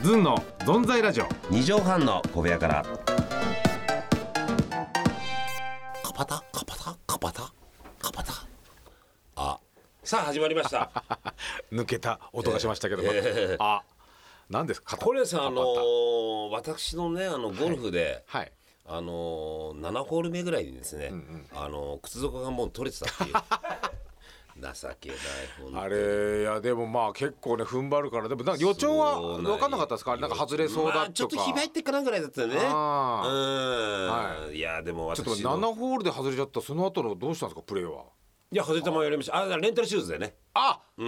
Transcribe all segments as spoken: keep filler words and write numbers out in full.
ズンのゾンザイラジオ。 にじょうはんの小部屋から。カパタカパタカパタカパタ。あ、さあ始まりました抜けた音がしましたけども、 えー、 あ、何ですかこれさ、あのー、私のねあのゴルフで、 はいはい、 あのー、ななホール目ぐらいにですね、うんうん、あのー、靴底がもう取れてたっていう情けない本当に。 あれ、いやでもまあ結構ね踏ん張るから、でもなんか予兆は分かんなかったですか？なんか外れそうだとか、まあ、 ちょっとひばいってっかなぐらいだったよね。あ、うん、はい、いやでも私のちょっとななホールで外れちゃった。その後のどうしたんですかプレーは？ いや外れたままやりました。あ、レンタルシューズでね。 あ、 うん、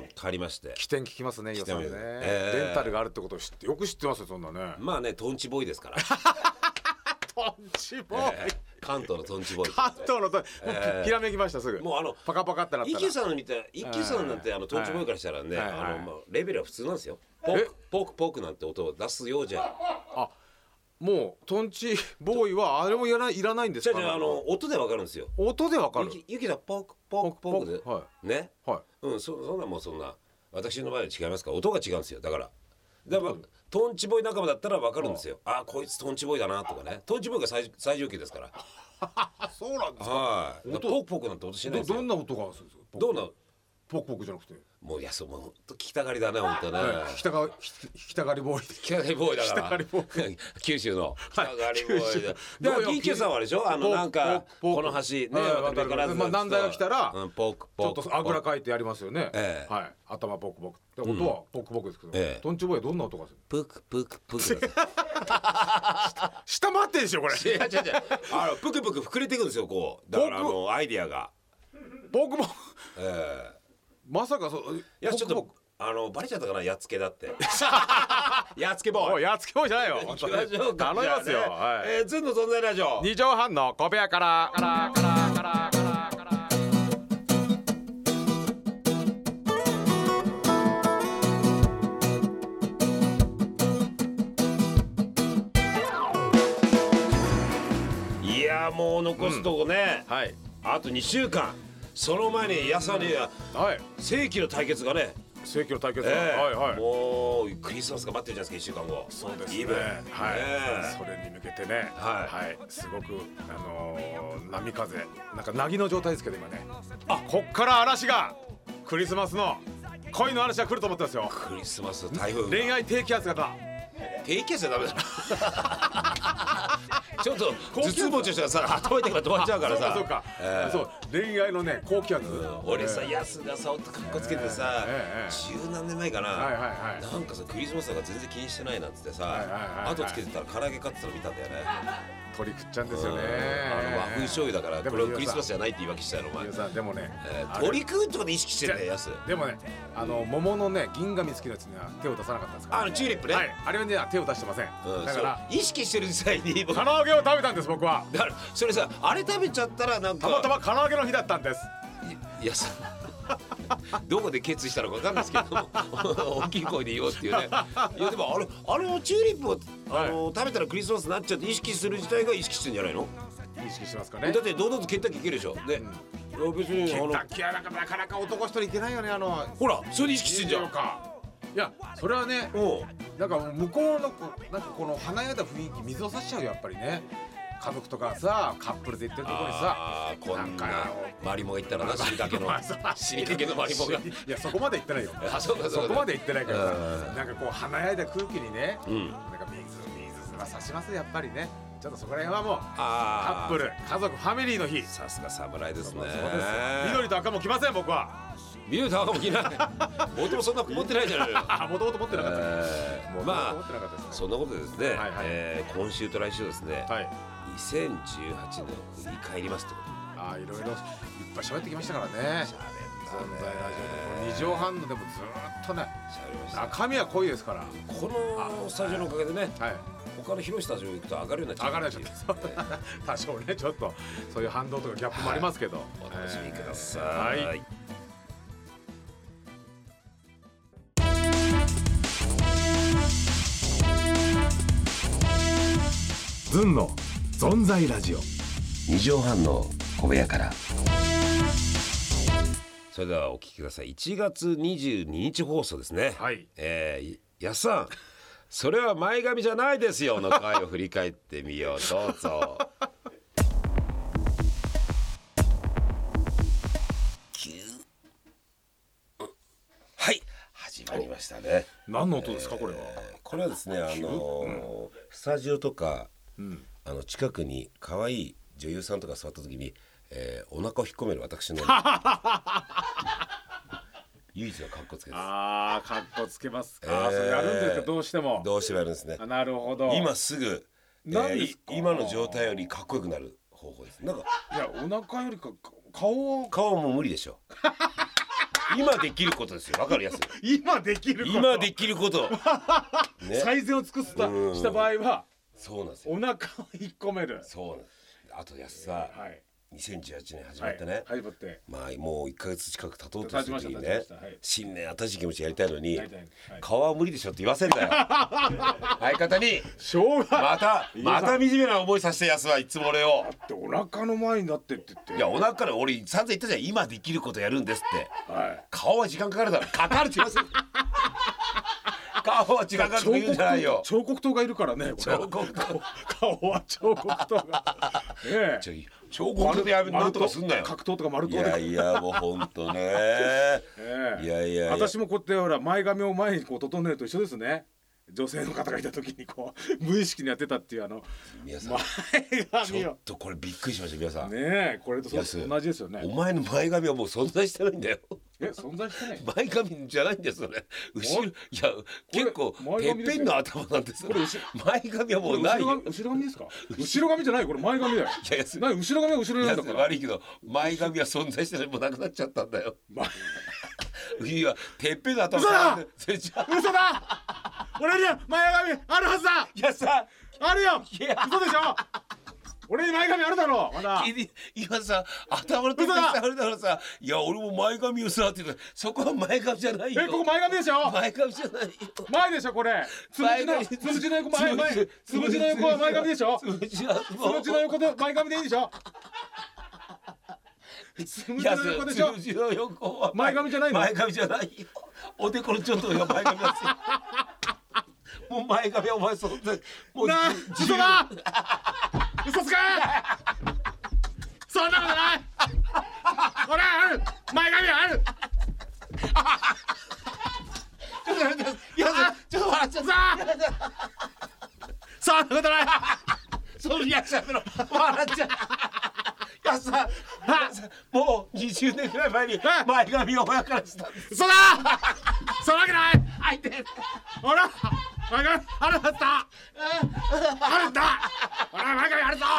借りまして。 起点聞きますね、予算でね、えー、レンタルがあるってことを知ってよく知ってますよ、そんなね。 まあね、トンチボーイですからトンチボーイ、えー、 関東のトンチボーイ、 関東のトンチ、えー、ひらめきましたすぐ。もうあのパカパカってなったら、 一休さんみたい、一休さんなんてあのトンチボーイからしたらね、はいはい、あのまあレベルは普通なんですよ。ポークポークポークなんて音を出すようじゃ。 あ、もうトンチボーイはあれもいらない、いらないんですか？ じゃあ、あの音でわかるんですよ。 音でわかる。 ゆきだポークポークポークで、 はい、 ね、 はい、 うん、そ, そんなもうそんな私の場合は違いますから、音が違うんですよ。だからだからトンチボーイ仲間だったらわかるんですよ。ああ、こいつトンチボーイだなとかね。トンチボーイが 最, 最上級ですからそうなんですか。 はい、ポークポークなんて音しないですよ。 どんな音がするんですか？ どんなポクポクじゃなくて、 もういや、そう、もうほんと聞きたがりだね、ほんとね。 聞きたが、聞きたがりボーイ。 聞きたがりボーイだから九州の聞きたがりボーイで、でも銀球さんはあれでしょ、あのなんかこの橋ね、渡からず、 まあ難題が来たらポークポークちょっとあぐらかいてやりますよね。はい、頭ポクポクって音はポクポクですけど、トンチボーイはどんな音がする？ プクプクプク。 下回ってんでしょこれ。 いや違う違う、あのプクプク膨れていくんですよ、こう。だからあのアイディアがポクポク。ええ、まさかそう。 いや、ちょっとあのバレちゃったかな、やっつけだってやっつけボーイ。 やっつけボーイじゃないよ。 行きましょうか。 頼みますよ。はい、 えー、ズンの存在ラジオにじょうはんの小部屋からからからからからから。 いやもう残すとこね、 うん、はい、 あとにしゅうかん。その前にやさには世紀の対決がね、 世紀の対決が、 えー、 はいはい、 もうクリスマスが待ってるじゃないですか、いっしゅうかんご。 そうですね、はい、えー、それに向けてね、はい、はい、すごくあのー、波風なんか凪の状態ですけど今ね、あ、こっから嵐が、クリスマスの恋の嵐が来ると思ってますよ。 クリスマス台風、 恋愛低気圧型。 低気圧はダメだちょっと頭痛持ちの人がさ、頭痛いから止まっちゃうからさ。 そうか、えー、そう、恋愛のね高気圧、うん、 俺さ、ヤスがさおっとかっこつけてさ、えーえー、十何年前かな、はいはいはい、なんかさクリスマスが全然気にしてないなんつってさ、はいはいはいはい、後つけてたら唐揚げ買ってたの見たんだよね。 鳥食っちゃうんですよね。 あの和風醤油だからこれクリスマスじゃないって言い訳したよお前。 でもね、 えー、鳥食うってことで意識してるんだよヤス。 でもね、あの桃のね銀紙付きのやつには手を出さなかったんですから、 ね、あのチューリップね、 はい、あれはね手を出してません、うん、だから意識してる際に唐揚げを食べたんです僕は。 だからそれさ、あれ食べちゃったらなんかたまたま唐揚げの日だったんです。 いやさどこで決意したのか分かんないですけど大きい声で言おうっていうね。いやでもあれあれのチューリップをあの、はい、食べたらクリスマスになっちゃって意識する自体が意識してるんじゃないの？ 意識してますかね。 だって堂々とケンタッキーいけるでしょ。で、うん、別にケンタッキーはなかなか男一人いけないよね。あのほらそれで意識してんじゃん。 いやそれはね、なんか向こうのなんかこの華やだ雰囲気水を差しちゃうよやっぱりね。家族とかさカップルで行ってるところにさ、 あこんなマリモが行ったらな、死にかけの死にかけのマリモが、いやそこまで行ってないよそこまで行ってないけどさ、なんかこう華やいだ空気にね、うん、なんか水水は差しますやっぱりね。ちょっとそこら辺はもうカップル家族ファミリーの日。 さすが侍ですね。そうです。 緑と赤も着ません僕は。 緑と赤も着ないもともそんな持ってないじゃないのよ。 もともと持ってなかった、 えー、まあそんなことでですね、はいはい、えー、今週と来週ですね、はい、にせんじゅうはちねんを振り返りますってこと。 ああ、いろいろいっぱい喋ってきましたからね。存在ラジオのにじょうはんのでもずっとね、中身は濃いですから。 このスタジオのおかげでね、はい、他の広いスタジオ行くと上がるようになっちゃう。 上がるようになっちゃう。多少ね、ちょっとそういう反動とかギャップもありますけど、はい、 お楽しみください。はい、 ズンの存在ラジオにじょうはんの小部屋から。それではお聞きください。いちがつにじゅうににち放送ですね。はい、えー、やっさんそれは前髪じゃないですよの回を振り返ってみよう。どうぞ。はい、始まりましたね。 何の音ですかこれは。 えー、これはですね、あのーうん、スタジオとか、うん、あの近くに可愛い女優さんとか座った時に、えー、お腹を引っ込める私の唯一のカッコつけです。 ああ、カッコつけますか。えー、それやるんですか、どうしても。 どうしてもやるんですね。 なるほど。 今すぐ、えー、今の状態よりかっこよくなる方法です。なんかいや、お腹よりか顔顔も無理でしょ。今できることですよ。わかるやつ。 今できること。 今できること。 ね、最善を尽くすたした場合は、 そうなんですよ。 お腹を引っ込める。 そうなんです。あとやすさ、はい、にせんじゅうはちねん始まってね、 はい、始まって、 まあもういっかげつ近く経とうとする時にね、はい、新年新しい気持ちやりたいのに、はい、顔は無理でしょって言わせんだよ。相方にまたまた惨めな思いさせてやすはいつも俺を。 だってお腹の前になってって言って、 いやお腹から俺散々言ったじゃん、今できることやるんですって、はい、顔は時間かかるだろ。かかるって言わせる。顔は時間かかるって言うんじゃないよ。 彫刻刀がいるからね。 彫刻刀。 顔は彫刻刀が。ねえ。彫刻刀でやめなんとかすんなよ。 格闘とか丸刀とか。いやいやもう本当ね。ええ、いやいや。私もこうやってほら前髪を前にこう整えると一緒ですね。女性の方がいた時にこう無意識にやってたっていうあの皆さん前髪をちょっとこれびっくりしました皆さん。 ねえ、これと同じですよね。 お前の前髪はもう存在してないんだよ。 え、存在してない。 前髪じゃないんですよね。後ろいや結構てっぺんの頭なんですよ。前髪はもうないよ。 後ろ髪ですか。後ろ髪じゃない、これ前髪だよ。いやいや、後ろ髪は後ろなんだから。 悪いけど前髪は存在してない、もうなくなっちゃったんだよ。いやてっぺんの頭。 嘘だ。嘘だ。俺には前髪あるはずだ。 いやさあるよ。嘘でしょ。俺に前髪あるだろう。まだ今さ頭のてっぺんあるだろうさ。いや俺も前髪をさって言ったらそこは前髪じゃないよ。 え、ここ前髪でしょ。 前髪じゃないよ。 前でしょこれ。つむじのつむじの横前前つむじの横は前髪でしょ。つむじの横で前髪でいいでしょ。つむじの横でしょ。 つむじの横は前髪じゃないの。 前髪じゃないよ。おでこのちょっとが前髪だ。もう前髪はお前そんなもうな嘘だ。嘘つけ。そんなことない。ほらある前髪ある。 ちょっと待って、いやちょっと笑っちゃった。 そんなことない。 そのリアクションやめろ。笑っちゃう。やさもうにじゅうねんくらい前に前髪を親からしたんです。 嘘だ。そんなわけない。 あいてほら前髪あるはずだ。あるんだ。ほら前髪あるぞ。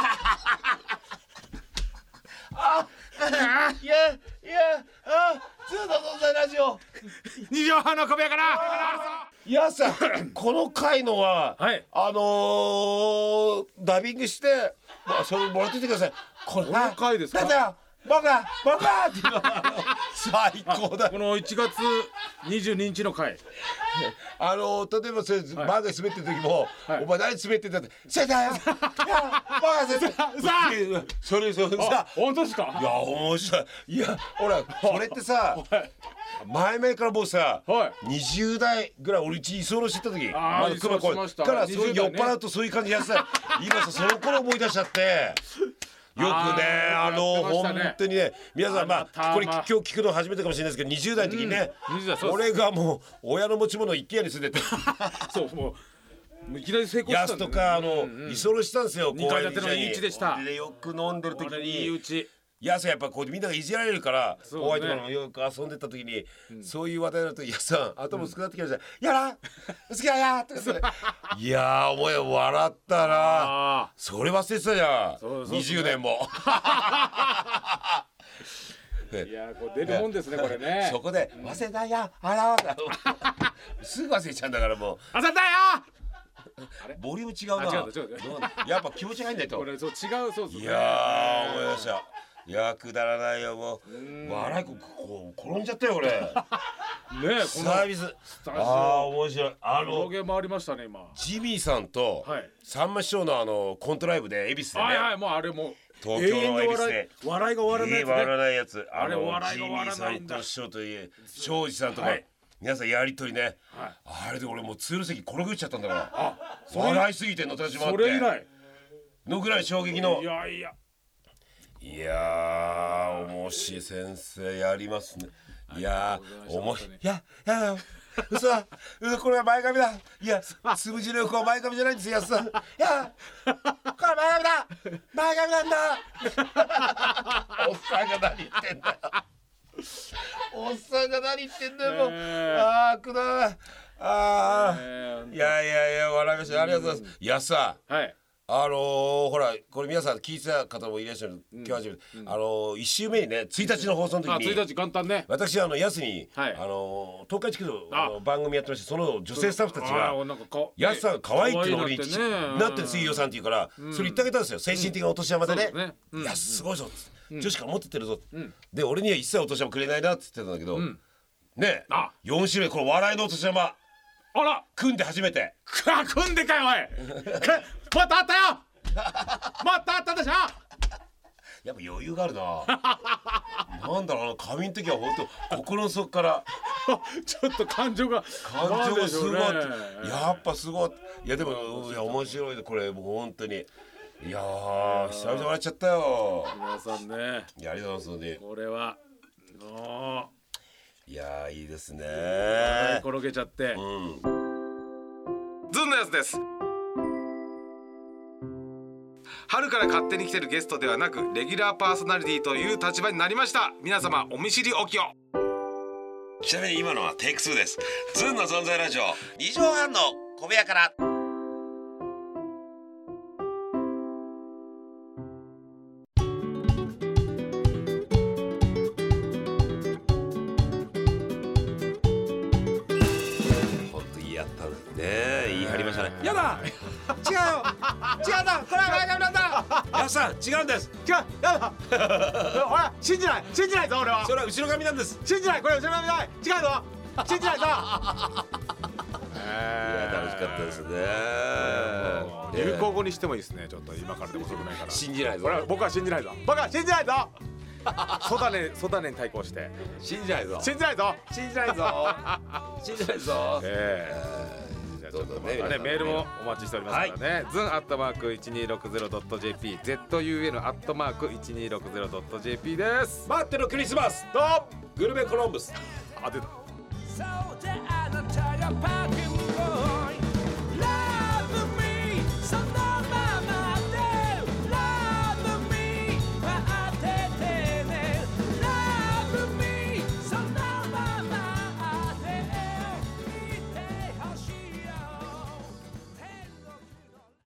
あいやいやあずっとそんなラジオ二畳半の小部屋からあるぞ。 いやさこの回のは、はい、あのー、ダビングして、まあ、それもらっててください。 この回ですか。 なんだよバカバカっていうの最高だ。 このいちがつにじゅうににちの回あの例えばそれ、はい、バカ滑ってる時も、はい、お前何滑ってんだって「せだよバカせさそれそれさ本当ですか。 いや面白い。いやほらそれってさ前々からもうさ、はい、にじゅうだいぐらい俺うちに居候してた時まだ熊こからそういう酔っ払うとそういう感じやってた。今さその頃思い出しちゃってよくねあの本当にね皆さんまあこれ今日聞くの初めてかもしれないですけどにじゅうだいの時にね俺がもう親の持ち物を一軒家に住んでてそうもういきなり成功したやすとかあの居候したんですよ。 にかい建てのいい家でした。 でよく飲んでる時にいい家やすやっぱこうみんながいじられるから後輩とかのよく遊んでた時にそういう話題になると「やさん頭薄くなってきましたやら好きやや」っていやーお前笑ったな。それ忘れてたじゃんにじゅうねんも。 いやこう出るもんですねこれね。 そこで「忘れたやあら」すぐ忘れちゃうんだからもう 「忘れたよ」 ボリューム違うな。違う違うやっぱ気持ちがいいんだよと。 これそう違うそうですね。 いやー思い出した。いやくだらないよもう笑いここ転んじゃったよ俺。ねえサービスああ面白い。あの回りましたね今。 ジミーさんとさんま師匠のあのコントライブで恵比寿でね。 はいはいもうあれも東京の恵比寿で笑いが終わらないやつね。 笑わないやつ。 あれ笑いが終わらないんだ。 ジミーさんと師匠といえ庄司さんとか皆さんやりとりね、はい、あれで俺もうツール席転げ落ちちゃったんだからあ笑いすぎてのたちもあってそれ以来のぐらい衝撃のいやいやいやー面白い先生やりますねいやー面白いいやいや嘘だ嘘これは前髪だいやつむじの横は前髪じゃないんですよ安さんいやこれ前髪だ前髪なんだおっさんが何言ってんだよおっさんが何言ってんだよもう、えー、あーくだあー、えー、いやいやいや笑いましたありがとうございますいやさはいあのー、ほらこれ皆さん聞いてた方もいらっしゃる、うん、今日初めて、うん、あのー、いち週目にねついたちの放送の時にあついたち元旦ね私あのやすに、はい、あのー、東海地区の番組やってましてその女性スタッフたちがやすさん可愛いっていうのになってる杉尾さんって言うから、うん、それ言ってあげたんですよ精神的なお年玉でね、うんねうん、いやすごいぞうん、女子から持ってってるぞ、うん、で俺には一切お年玉くれないなって言ってたんだけど、うん、ねえよん週目この笑いのお年玉あら組んで初めて組んでかよおいまたあったよまたあったでしょやっぱ余裕があるななんだろうあの髪の時は本当心の底からちょっと感情が感情がすごい、ね、やっぱすごいいやでもいや面白いこれもう本当にいやー久々笑っちゃったよ皆さんねいやありがとうございますこれはのいやーいいですね転げちゃって、うん、ズンのやつです春から勝手に来てるゲストではなくレギュラーパーソナリティという立場になりました皆様お見知りおきをちなみに今のはテイクツーですズンの存在ラジオにじょうはんの小部屋からやだ違うよ違うんだこれは前髪なんだやさん違うんです違うやだほら信じない信じないぞ俺はそれは後ろ髪なんです信じないこれ後ろ髪ない違うぞ信じないぞえー、楽しかったですね流行語にしてもいいですねちょっと今からでも遅くないから信じないぞ僕は信じないぞ僕は信じないぞソダネソダネに対抗して信じないぞ信じないぞ信じないぞ信じないぞえーちょっとまたねメールもお待ちしておりますからね、ズンアットマーク いちにろくゼロドットジェーピー ゼットユーエヌ アットマーク いちにろくゼロドットジェーピー です待ってろクリスマスとグルメコロンブスあ出た